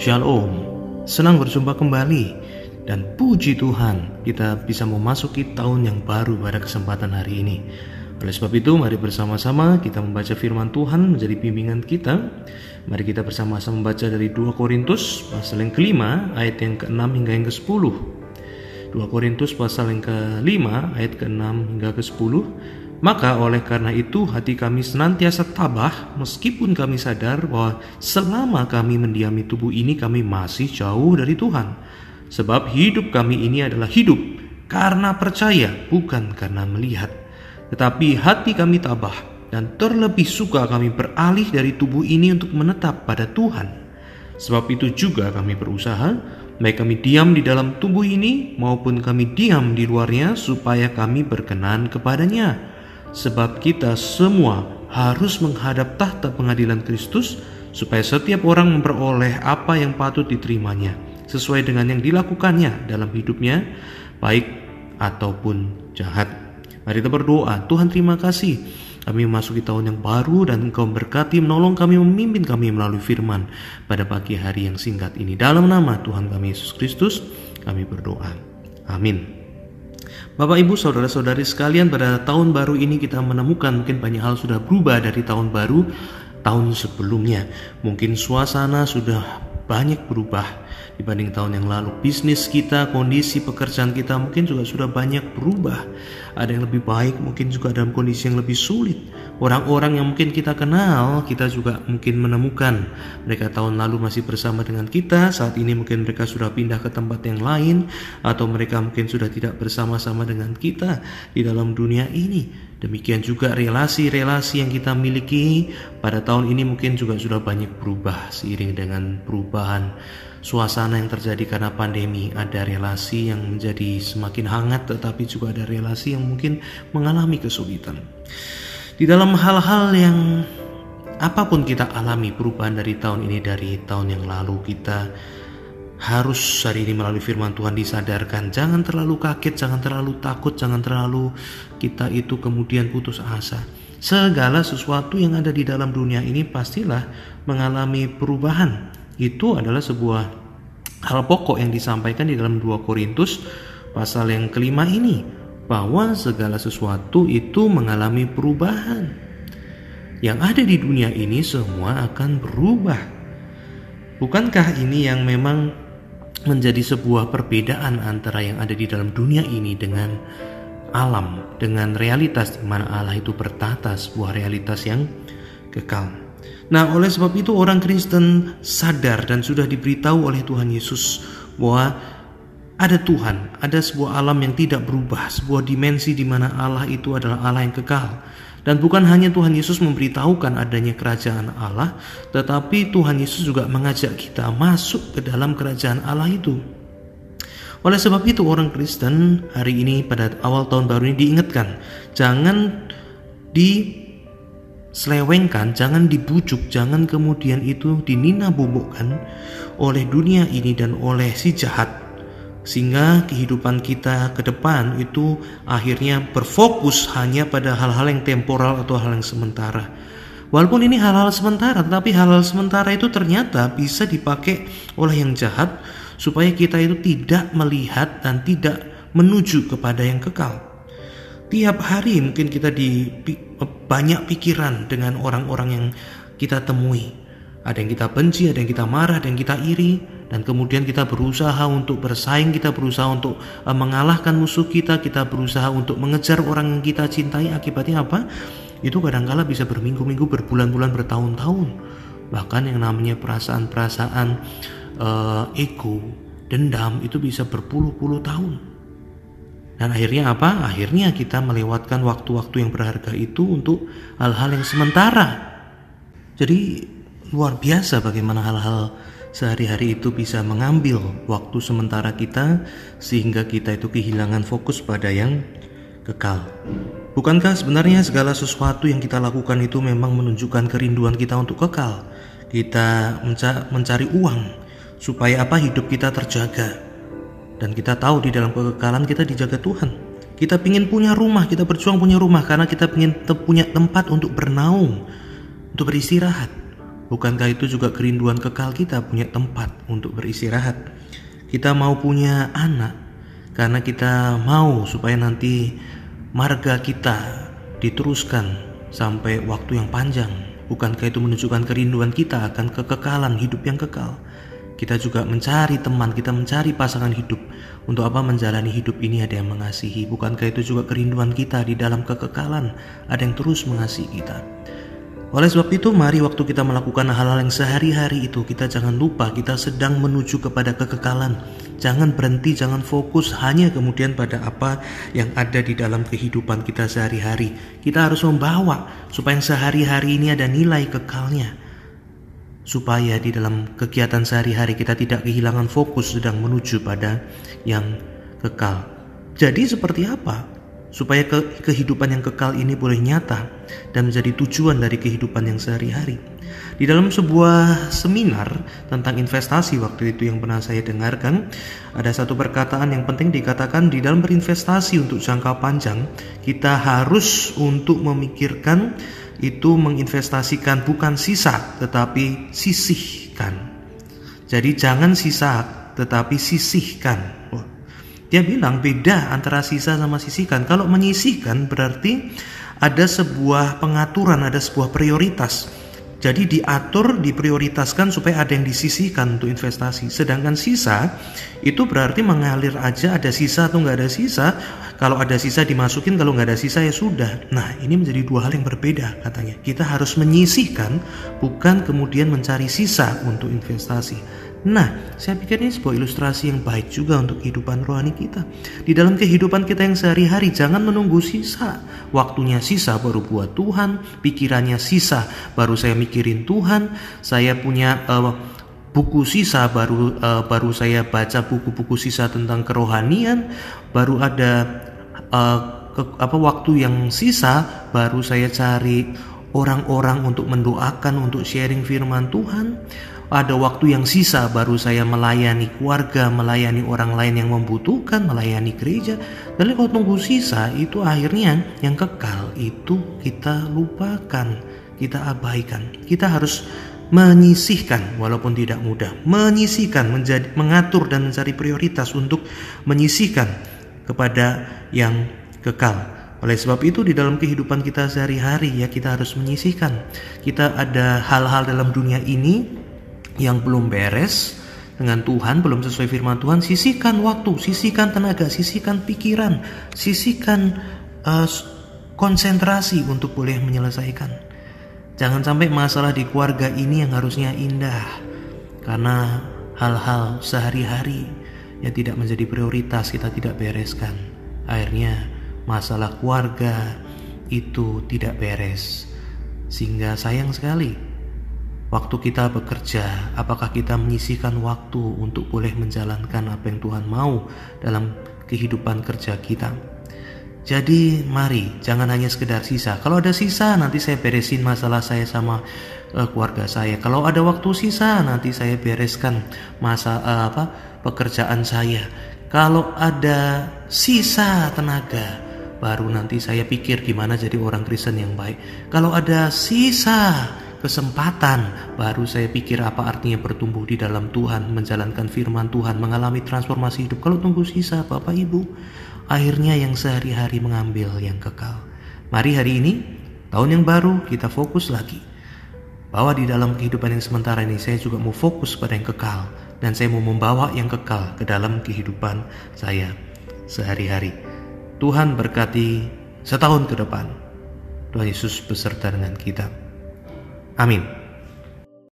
Shalom, senang berjumpa kembali dan puji Tuhan kita bisa memasuki tahun yang baru pada kesempatan hari ini. Oleh sebab itu mari bersama-sama kita membaca firman Tuhan menjadi bimbingan kita. Mari kita bersama-sama membaca dari 2 Korintus pasal yang kelima ayat yang ke-6 hingga yang ke-10. 2 Korintus pasal yang ke-5 ayat ke-6 hingga ke-10. Maka oleh karena itu hati kami senantiasa tabah meskipun kami sadar bahwa selama kami mendiami tubuh ini kami masih jauh dari Tuhan. Sebab hidup kami ini adalah hidup karena percaya bukan karena melihat. Tetapi hati kami tabah dan terlebih suka kami beralih dari tubuh ini untuk menetap pada Tuhan. Sebab itu juga kami berusaha, baik kami diam di dalam tubuh ini maupun kami diam di luarnya supaya kami berkenan kepadanya. Sebab kita semua harus menghadap tahta pengadilan Kristus supaya setiap orang memperoleh apa yang patut diterimanya sesuai dengan yang dilakukannya dalam hidupnya, baik ataupun jahat. Mari kita berdoa. Tuhan, terima kasih kami memasuki tahun yang baru dan Engkau berkati menolong kami, memimpin kami melalui firman pada pagi hari yang singkat ini. Dalam nama Tuhan kami Yesus Kristus kami berdoa. Amin. Bapak, Ibu, saudara-saudari sekalian, pada tahun baru ini kita menemukan mungkin banyak hal sudah berubah dari tahun baru tahun sebelumnya. Mungkin suasana sudah banyak berubah dibanding tahun yang lalu. Bisnis kita, kondisi pekerjaan kita mungkin juga sudah banyak berubah. Ada yang lebih baik, mungkin juga dalam kondisi yang lebih sulit. Orang-orang yang mungkin kita kenal, kita juga mungkin menemukan mereka tahun lalu masih bersama dengan kita, saat ini mungkin mereka sudah pindah ke tempat yang lain, atau mereka mungkin sudah tidak bersama-sama dengan kita di dalam dunia ini. Demikian juga relasi-relasi yang kita miliki pada tahun ini mungkin juga sudah banyak berubah seiring dengan perubahan suasana yang terjadi karena pandemi. Ada relasi yang menjadi semakin hangat, tetapi juga ada relasi yang mungkin mengalami kesulitan. Di dalam hal-hal yang apapun kita alami perubahan dari tahun ini, dari tahun yang lalu, kita harus hari ini melalui firman Tuhan disadarkan, jangan terlalu kaget, jangan terlalu takut, jangan terlalu kita itu kemudian putus asa. Segala sesuatu yang ada di dalam dunia ini pastilah mengalami perubahan. Itu adalah sebuah hal pokok yang disampaikan di dalam 2 Korintus pasal yang kelima ini, bahwa segala sesuatu itu mengalami perubahan. Yang ada di dunia ini semua akan berubah. Bukankah ini yang memang menjadi sebuah perbedaan antara yang ada di dalam dunia ini dengan alam, dengan realitas di mana Allah itu bertata, sebuah realitas yang kekal. Nah, oleh sebab itu orang Kristen sadar dan sudah diberitahu oleh Tuhan Yesus bahwa ada Tuhan, ada sebuah alam yang tidak berubah, sebuah dimensi di mana Allah itu adalah Allah yang kekal. Dan bukan hanya Tuhan Yesus memberitahukan adanya kerajaan Allah, tetapi Tuhan Yesus juga mengajak kita masuk ke dalam kerajaan Allah itu. Oleh sebab itu orang Kristen hari ini pada awal tahun baru ini diingatkan, jangan diselewengkan, jangan dibujuk, jangan kemudian itu dinina-bobokkan oleh dunia ini dan oleh si jahat, sehingga kehidupan kita ke depan itu akhirnya berfokus hanya pada hal-hal yang temporal atau hal yang sementara. Walaupun ini hal-hal sementara, tetapi hal-hal sementara itu ternyata bisa dipakai oleh yang jahat supaya kita itu tidak melihat dan tidak menuju kepada yang kekal. Tiap hari mungkin kita banyak pikiran dengan orang-orang yang kita temui. Ada yang kita benci, ada yang kita marah, ada yang kita iri, dan kemudian kita berusaha untuk bersaing, kita berusaha untuk mengalahkan musuh kita, kita berusaha untuk mengejar orang yang kita cintai. Akibatnya apa? Itu kadang-kala bisa berminggu-minggu, berbulan-bulan, bertahun-tahun. Bahkan yang namanya perasaan-perasaan ego, dendam itu bisa berpuluh-puluh tahun. Dan akhirnya apa? Akhirnya kita melewatkan waktu-waktu yang berharga itu untuk hal-hal yang sementara. Jadi luar biasa bagaimana hal-hal sehari-hari itu bisa mengambil waktu sementara kita sehingga kita itu kehilangan fokus pada yang kekal. Bukankah sebenarnya segala sesuatu yang kita lakukan itu memang menunjukkan kerinduan kita untuk kekal? Kita mencari uang supaya apa? Hidup kita terjaga. Dan kita tahu di dalam kekekalan kita dijaga Tuhan. Kita ingin punya rumah, kita berjuang punya rumah karena kita ingin punya tempat untuk bernaung, untuk beristirahat. Bukankah itu juga kerinduan kekal kita, punya tempat untuk beristirahat? Kita mau punya anak karena kita mau supaya nanti marga kita diteruskan sampai waktu yang panjang. Bukankah itu menunjukkan kerinduan kita akan kekekalan hidup yang kekal? Kita juga mencari teman, kita mencari pasangan hidup. Untuk apa menjalani hidup ini? Ada yang mengasihi. Bukankah itu juga kerinduan kita di dalam kekekalan? Ada yang terus mengasihi kita. Oleh sebab itu, mari waktu kita melakukan hal-hal yang sehari-hari itu, kita jangan lupa kita sedang menuju kepada kekekalan. Jangan berhenti, jangan fokus hanya kemudian pada apa yang ada di dalam kehidupan kita sehari-hari. Kita harus membawa supaya yang sehari-hari ini ada nilai kekalnya, supaya di dalam kegiatan sehari-hari kita tidak kehilangan fokus sedang menuju pada yang kekal. Jadi seperti apa supaya kehidupan yang kekal ini boleh nyata dan menjadi tujuan dari kehidupan yang sehari-hari? Di dalam sebuah seminar tentang investasi waktu itu yang pernah saya dengarkan, ada satu perkataan yang penting dikatakan, di dalam berinvestasi untuk jangka panjang, kita harus untuk memikirkan itu menginvestasikan bukan sisa tetapi sisihkan. Jadi jangan sisa tetapi sisihkan. Dia bilang beda antara sisa sama sisihkan. Kalau menyisihkan berarti ada sebuah pengaturan, ada sebuah prioritas. Jadi diatur, diprioritaskan supaya ada yang disisihkan untuk investasi. Sedangkan sisa itu berarti mengalir aja, ada sisa atau nggak ada sisa. Kalau ada sisa dimasukin, kalau nggak ada sisa ya sudah. Nah, ini menjadi dua hal yang berbeda katanya. Kita harus menyisihkan, bukan kemudian mencari sisa untuk investasi. Nah, saya pikir ini sebuah ilustrasi yang baik juga untuk kehidupan rohani kita. Di dalam kehidupan kita yang sehari-hari, jangan menunggu sisa. Waktunya sisa baru buat Tuhan, pikirannya sisa baru saya mikirin Tuhan. Saya punya buku sisa baru saya baca buku-buku sisa tentang kerohanian. Baru ada waktu yang sisa baru saya cari orang-orang untuk mendoakan, untuk sharing firman Tuhan. Ada waktu yang sisa baru saya melayani keluarga, melayani orang lain yang membutuhkan, melayani gereja. Dan kalau tunggu sisa itu akhirnya yang kekal itu kita lupakan, kita abaikan. Kita harus menyisihkan walaupun tidak mudah, menyisihkan, mengatur dan mencari prioritas untuk menyisihkan kepada yang kekal. Oleh sebab itu di dalam kehidupan kita sehari-hari ya kita harus menyisihkan. Kita ada hal-hal dalam dunia ini yang belum beres dengan Tuhan, belum sesuai firman Tuhan, sisihkan waktu, sisihkan tenaga, sisihkan pikiran, sisihkan konsentrasi untuk boleh menyelesaikan. Jangan sampai masalah di keluarga ini yang harusnya indah karena hal-hal sehari-hari yang tidak menjadi prioritas kita tidak bereskan. Akhirnya masalah keluarga itu tidak beres, sehingga sayang sekali. Waktu kita bekerja, apakah kita menyisihkan waktu untuk boleh menjalankan apa yang Tuhan mau dalam kehidupan kerja kita? Jadi mari jangan hanya sekedar sisa. Kalau ada sisa nanti saya beresin masalah saya sama keluarga saya. Kalau ada waktu sisa nanti saya bereskan pekerjaan saya. Kalau ada sisa tenaga baru nanti saya pikir gimana jadi orang Kristen yang baik. Kalau ada sisa kesempatan baru saya pikir apa artinya bertumbuh di dalam Tuhan, menjalankan firman Tuhan, mengalami transformasi hidup. Kalau tunggu sisa Bapak Ibu, akhirnya yang sehari-hari mengambil yang kekal. Mari hari ini, tahun yang baru, kita fokus lagi bahwa di dalam kehidupan yang sementara ini saya juga mau fokus pada yang kekal, dan saya mau membawa yang kekal ke dalam kehidupan saya sehari-hari. Tuhan berkati setahun ke depan. Tuhan Yesus beserta dengan kita. Amin.